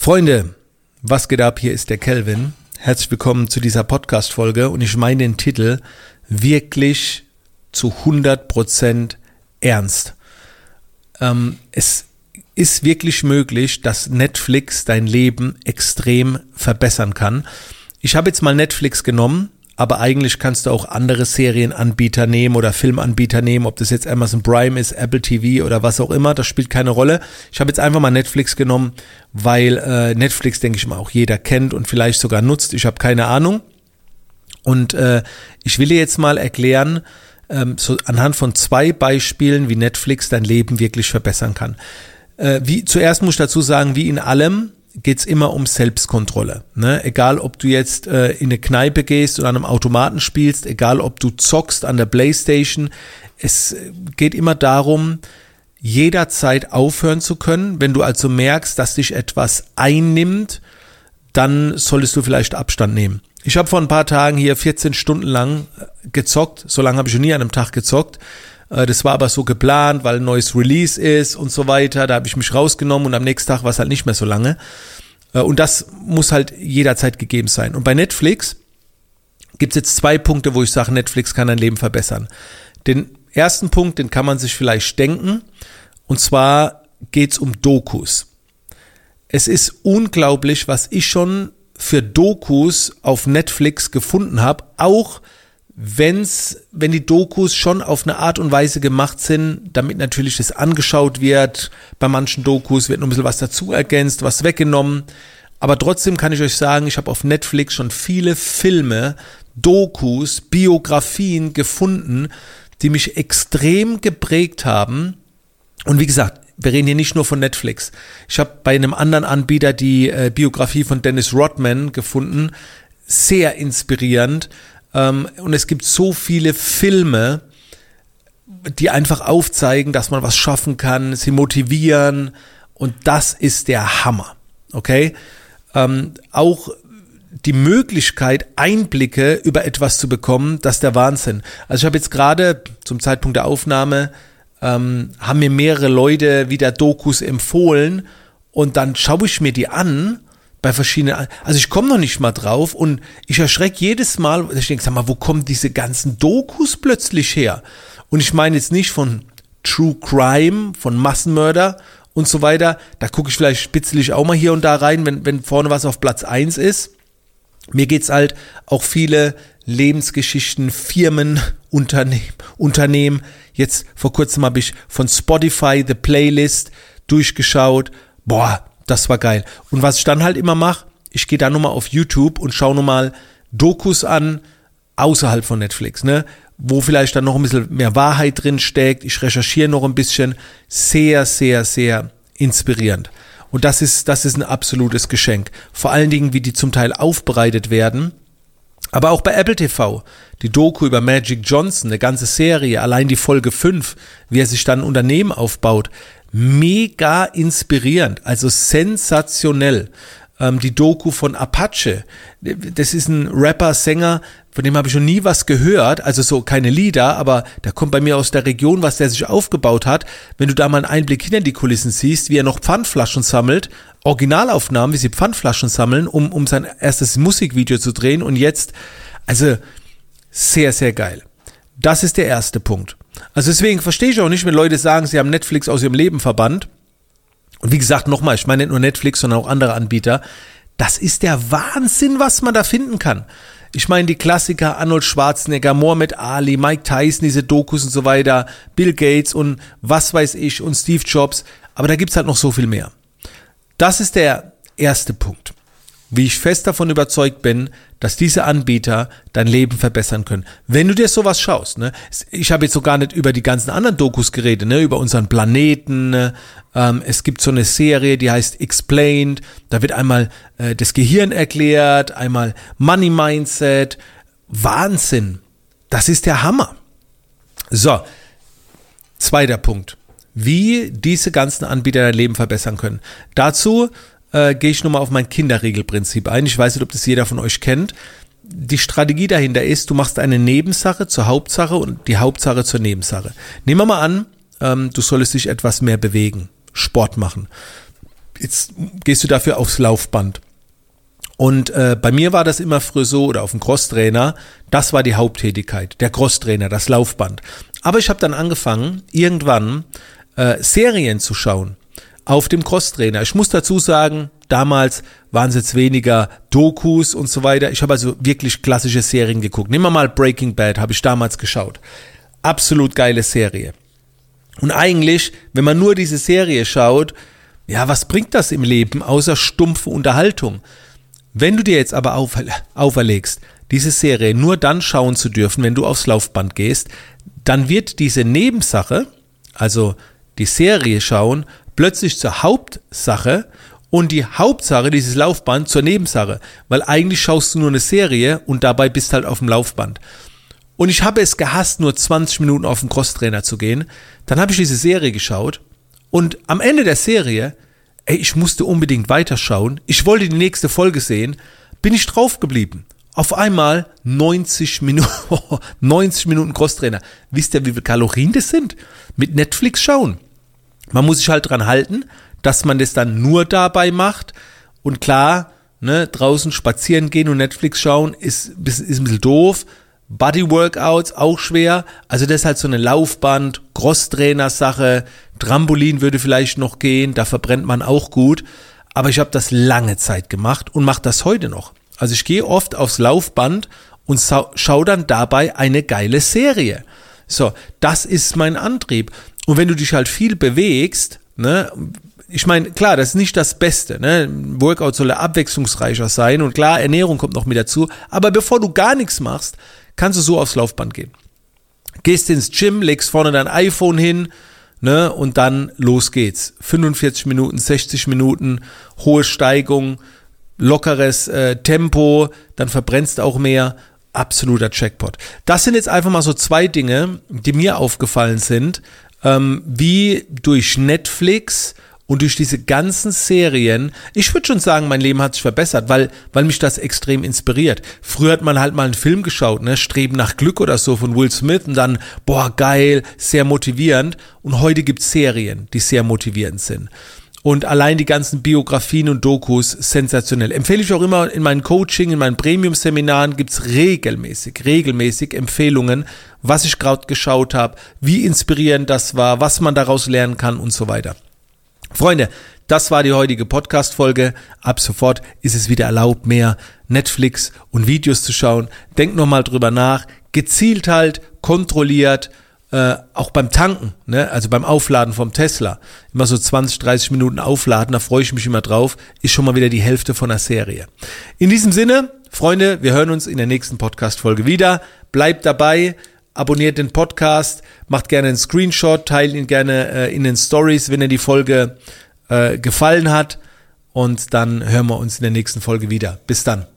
Freunde, was geht ab? Hier ist der Kelvin. Herzlich willkommen zu dieser Podcast-Folge und ich meine den Titel wirklich zu 100% ernst. Es ist wirklich möglich, dass Netflix dein Leben extrem verbessern kann. Ich habe jetzt mal Netflix genommen, aber eigentlich kannst du auch andere Serienanbieter nehmen oder Filmanbieter nehmen, ob das jetzt Amazon Prime ist, Apple TV oder was auch immer, das spielt keine Rolle. Ich habe jetzt einfach mal Netflix genommen, weil Netflix, denke ich mal, auch jeder kennt und vielleicht sogar nutzt. Ich habe keine Ahnung. Und ich will dir jetzt mal erklären, so anhand von 2 Beispielen, wie Netflix dein Leben wirklich verbessern kann. Zuerst muss ich dazu sagen, wie in allem geht's immer um Selbstkontrolle. Ne? Egal, ob du jetzt in eine Kneipe gehst oder an einem Automaten spielst, egal, ob du zockst an der Playstation, es geht immer darum, jederzeit aufhören zu können. Wenn du also merkst, dass dich etwas einnimmt, dann solltest du vielleicht Abstand nehmen. Ich habe vor ein paar Tagen hier 14 Stunden lang gezockt. So lange habe ich schon nie an einem Tag gezockt. Das war aber so geplant, weil ein neues Release ist und so weiter. Da habe ich mich rausgenommen und am nächsten Tag war es halt nicht mehr so lange. Und das muss halt jederzeit gegeben sein. Und bei Netflix gibt es jetzt 2 Punkte, wo ich sage, Netflix kann dein Leben verbessern. Den ersten Punkt, den kann man sich vielleicht denken. Und zwar geht es um Dokus. Es ist unglaublich, was ich schon für Dokus auf Netflix gefunden habe, auch wenn die Dokus schon auf eine Art und Weise gemacht sind, damit natürlich das angeschaut wird. Bei manchen Dokus wird noch ein bisschen was dazu ergänzt, was weggenommen. Aber trotzdem kann ich euch sagen, ich habe auf Netflix schon viele Filme, Dokus, Biografien gefunden, die mich extrem geprägt haben. Und wie gesagt, wir reden hier nicht nur von Netflix. Ich habe bei einem anderen Anbieter die Biografie von Dennis Rodman gefunden. Sehr inspirierend. Und es gibt so viele Filme, die einfach aufzeigen, dass man was schaffen kann, sie motivieren. Und das ist der Hammer. Okay? Auch die Möglichkeit, Einblicke über etwas zu bekommen, das ist der Wahnsinn. Also ich habe jetzt gerade zum Zeitpunkt der Aufnahme haben mir mehrere Leute wieder Dokus empfohlen und dann schaue ich mir die an bei verschiedenen, also ich komme noch nicht mal drauf und ich erschrecke jedes Mal, ich denke, sag mal, wo kommen diese ganzen Dokus plötzlich her? Und ich meine jetzt nicht von True Crime, von Massenmörder und so weiter, da gucke ich vielleicht spitzelig auch mal hier und da rein, wenn vorne was auf Platz 1 ist. Mir geht's halt auch viele Lebensgeschichten, Firmen, Unternehmen. Jetzt vor kurzem habe ich von Spotify The Playlist durchgeschaut. Boah, das war geil. Und was ich dann halt immer mache, ich gehe da nochmal auf YouTube und schaue nochmal Dokus an, außerhalb von Netflix, ne? Wo vielleicht dann noch ein bisschen mehr Wahrheit drin steckt. Ich recherchiere noch ein bisschen. Sehr, sehr, sehr inspirierend. Und das ist ein absolutes Geschenk. Vor allen Dingen, wie die zum Teil aufbereitet werden. Aber auch bei Apple TV, die Doku über Magic Johnson, eine ganze Serie, allein die Folge 5, wie er sich dann ein Unternehmen aufbaut, mega inspirierend, also sensationell. Die Doku von Apache, das ist ein Rapper, Sänger, von dem habe ich noch nie was gehört, also so keine Lieder, aber der kommt bei mir aus der Region, was der sich aufgebaut hat. Wenn du da mal einen Einblick hinter die Kulissen siehst, wie er noch Pfandflaschen sammelt, Originalaufnahmen, wie sie Pfandflaschen sammeln, um sein erstes Musikvideo zu drehen und jetzt, also sehr, sehr geil. Das ist der erste Punkt. Also deswegen verstehe ich auch nicht, wenn Leute sagen, sie haben Netflix aus ihrem Leben verbannt. Und wie gesagt, nochmal, ich meine nicht nur Netflix, sondern auch andere Anbieter. Das ist der Wahnsinn, was man da finden kann. Ich meine, die Klassiker Arnold Schwarzenegger, Muhammad Ali, Mike Tyson, diese Dokus und so weiter, Bill Gates und was weiß ich und Steve Jobs. Aber da gibt's halt noch so viel mehr. Das ist der erste Punkt. Wie ich fest davon überzeugt bin, dass diese Anbieter dein Leben verbessern können. Wenn du dir sowas schaust, ne? Ich habe jetzt so gar nicht über die ganzen anderen Dokus geredet, ne? Über unseren Planeten. Ne? Es gibt so eine Serie, die heißt Explained. Da wird einmal das Gehirn erklärt, einmal Money Mindset. Wahnsinn. Das ist der Hammer. So, zweiter Punkt. Wie diese ganzen Anbieter dein Leben verbessern können. Dazu gehe ich nochmal auf mein Kinderregelprinzip ein. Ich weiß nicht, ob das jeder von euch kennt. Die Strategie dahinter ist, du machst eine Nebensache zur Hauptsache und die Hauptsache zur Nebensache. Nehmen wir mal an, du solltest dich etwas mehr bewegen, Sport machen. jetzt gehst du dafür aufs Laufband. Und bei mir war das immer früher so, oder auf dem Crosstrainer, das war die Haupttätigkeit, der Crosstrainer, das Laufband. Aber ich habe dann angefangen, irgendwann Serien zu schauen auf dem Crosstrainer. Ich muss dazu sagen, damals waren es jetzt weniger Dokus und so weiter. Ich habe also wirklich klassische Serien geguckt. Nehmen wir mal Breaking Bad, habe ich damals geschaut. Absolut geile Serie. Und eigentlich, wenn man nur diese Serie schaut, ja, was bringt das im Leben außer stumpfe Unterhaltung? Wenn du dir jetzt aber auferlegst, diese Serie nur dann schauen zu dürfen, wenn du aufs Laufband gehst, dann wird diese Nebensache, also die Serie schauen, plötzlich zur Hauptsache und die Hauptsache, dieses Laufband, zur Nebensache. Weil eigentlich schaust du nur eine Serie und dabei bist halt auf dem Laufband. Und ich habe es gehasst, nur 20 Minuten auf den Crosstrainer zu gehen. Dann habe ich diese Serie geschaut und am Ende der Serie, ich musste unbedingt weiterschauen. Ich wollte die nächste Folge sehen, bin ich drauf geblieben. Auf einmal 90 Minuten Crosstrainer. Wisst ihr, wie viele Kalorien das sind? Mit Netflix schauen. Man muss sich halt dran halten, dass man das dann nur dabei macht. Und klar, ne, draußen spazieren gehen und Netflix schauen ist ein bisschen doof. Bodyworkouts auch schwer. Also das ist halt so eine Laufband, Crosstrainer-Sache. Trampolin würde vielleicht noch gehen, da verbrennt man auch gut. Aber ich habe das lange Zeit gemacht und mache das heute noch. Also ich gehe oft aufs Laufband und schaue dann dabei eine geile Serie. So, das ist mein Antrieb. Und wenn du dich halt viel bewegst, ne, ich meine, klar, das ist nicht das Beste, ne, Workout soll ja abwechslungsreicher sein und klar, Ernährung kommt noch mit dazu, aber bevor du gar nichts machst, kannst du so aufs Laufband gehen. Gehst ins Gym, legst vorne dein iPhone hin, ne, und dann los geht's. 45 Minuten, 60 Minuten, hohe Steigung, lockeres Tempo, dann verbrennst du auch mehr. Absoluter Jackpot. Das sind jetzt einfach mal so 2 Dinge, die mir aufgefallen sind, wie durch Netflix und durch diese ganzen Serien, ich würde schon sagen, mein Leben hat sich verbessert, weil mich das extrem inspiriert. Früher hat man halt mal einen Film geschaut, ne, Streben nach Glück oder so von Will Smith und dann, boah, geil, sehr motivierend. Und heute gibt's Serien, die sehr motivierend sind. Und allein die ganzen Biografien und Dokus sensationell. Empfehle ich auch immer in meinem Coaching, in meinen Premium-Seminaren gibt's regelmäßig Empfehlungen, was ich gerade geschaut habe, wie inspirierend das war, was man daraus lernen kann und so weiter. Freunde, das war die heutige Podcast-Folge. Ab sofort ist es wieder erlaubt, mehr Netflix und Videos zu schauen. Denkt nochmal drüber nach. Gezielt halt, kontrolliert, auch beim Tanken, ne? Also beim Aufladen vom Tesla. Immer so 20, 30 Minuten aufladen, da freue ich mich immer drauf. Ist schon mal wieder die Hälfte von der Serie. In diesem Sinne, Freunde, wir hören uns in der nächsten Podcast-Folge wieder. Bleibt dabei. Abonniert den Podcast, macht gerne einen Screenshot, teilt ihn gerne in den Stories, wenn dir die Folge gefallen hat. Und dann hören wir uns in der nächsten Folge wieder. Bis dann.